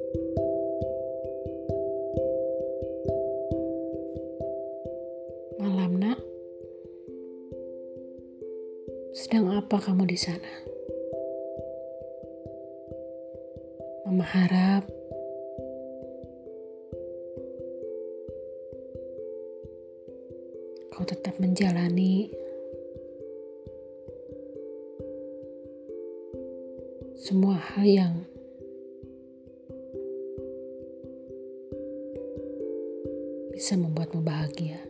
Malam, Nak. Sedang apa kamu di sana? Mama harap kau tetap menjalani semua hal yang bisa membuatmu bahagia.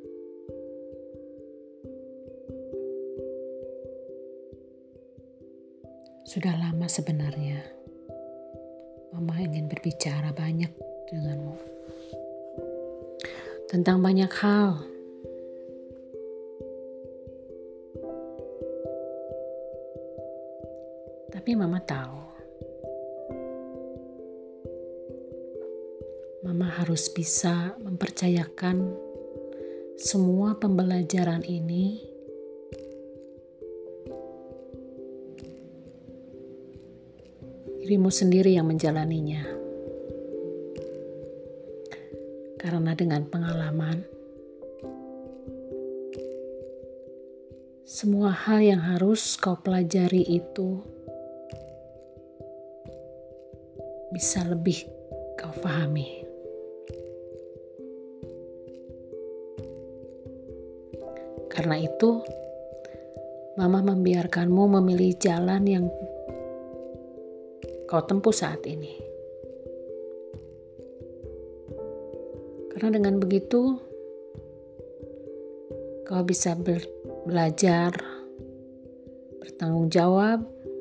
Sudah lama sebenarnya Mama ingin berbicara banyak denganmu tentang banyak hal. Tapi Mama tahu, Mama harus bisa mempercayakan semua pembelajaran ini dirimu sendiri yang menjalaninya. Karena dengan pengalaman, semua hal yang harus kau pelajari itu bisa lebih kau pahami. Karena itu, Mama membiarkanmu memilih jalan yang kau tempuh saat ini. Karena dengan begitu, kau bisa belajar, bertanggung jawab,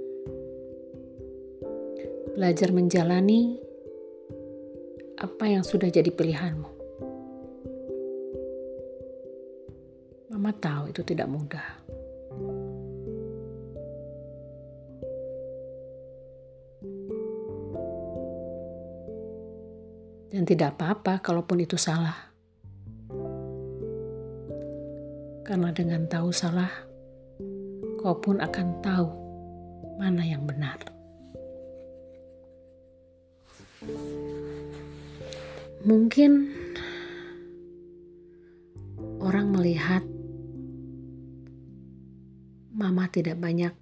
belajar menjalani apa yang sudah jadi pilihanmu. Mama tahu itu tidak mudah. Dan tidak apa-apa kalaupun itu salah. Karena dengan tahu salah, kau pun akan tahu mana yang benar. Mungkin orang melihat Mama tidak banyak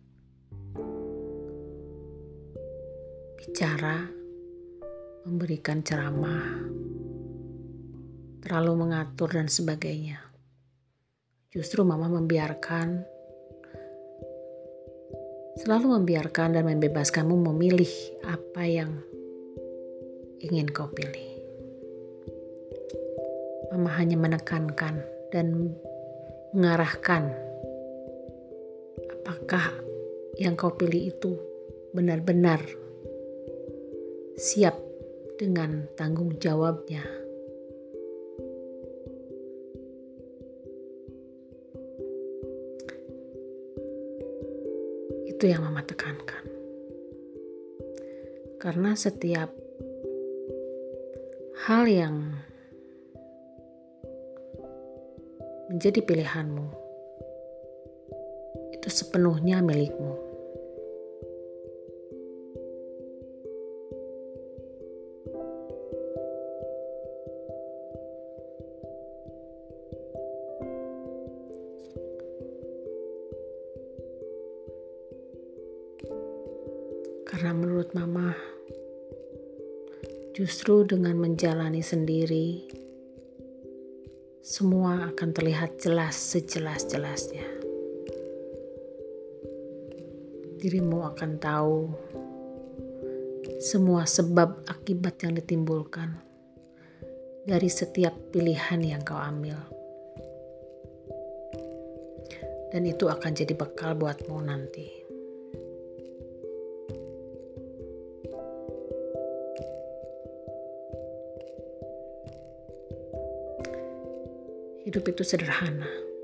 bicara, memberikan ceramah, terlalu mengatur dan sebagainya. Justru Mama selalu membiarkan dan membebaskanmu memilih apa yang ingin kau pilih. Mama hanya menekankan dan mengarahkan apakah yang kau pilih itu benar-benar siap dengan tanggung jawabnya. Itu yang Mama tekankan. Karena setiap hal yang menjadi pilihanmu itu sepenuhnya milikmu. Karena menurut Mama, justru dengan menjalani sendiri, semua akan terlihat jelas sejelas-jelasnya. Dirimu akan tahu semua sebab akibat yang ditimbulkan dari setiap pilihan yang kau ambil. Dan itu akan jadi bekal buatmu nanti. Hidup itu sederhana.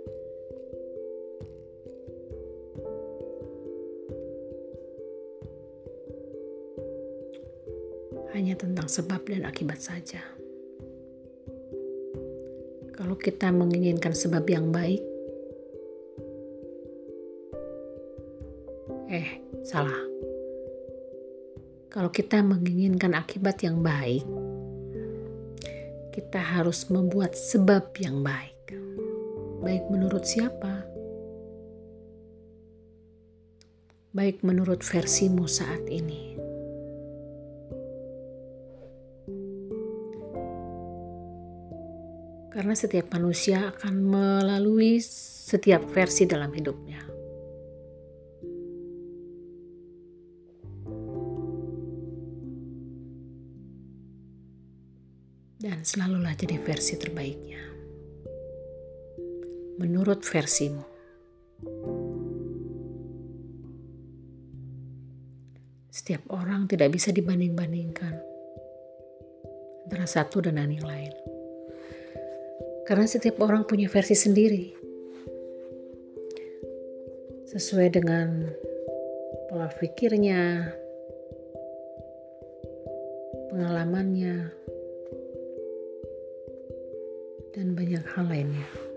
Hanya tentang sebab dan akibat saja. Kalau kita menginginkan sebab yang baik, salah. Kalau kita menginginkan akibat yang baik, kita harus membuat sebab yang baik. Baik menurut siapa? Baik menurut versimu saat ini. Karena setiap manusia akan melalui setiap versi dalam hidupnya. Dan selalulah jadi versi terbaiknya. Menurut versimu. Setiap orang tidak bisa dibanding-bandingkan antara satu dan yang lain. Karena setiap orang punya versi sendiri. Sesuai dengan pola pikirnya, pengalamannya, dan banyak hal lainnya.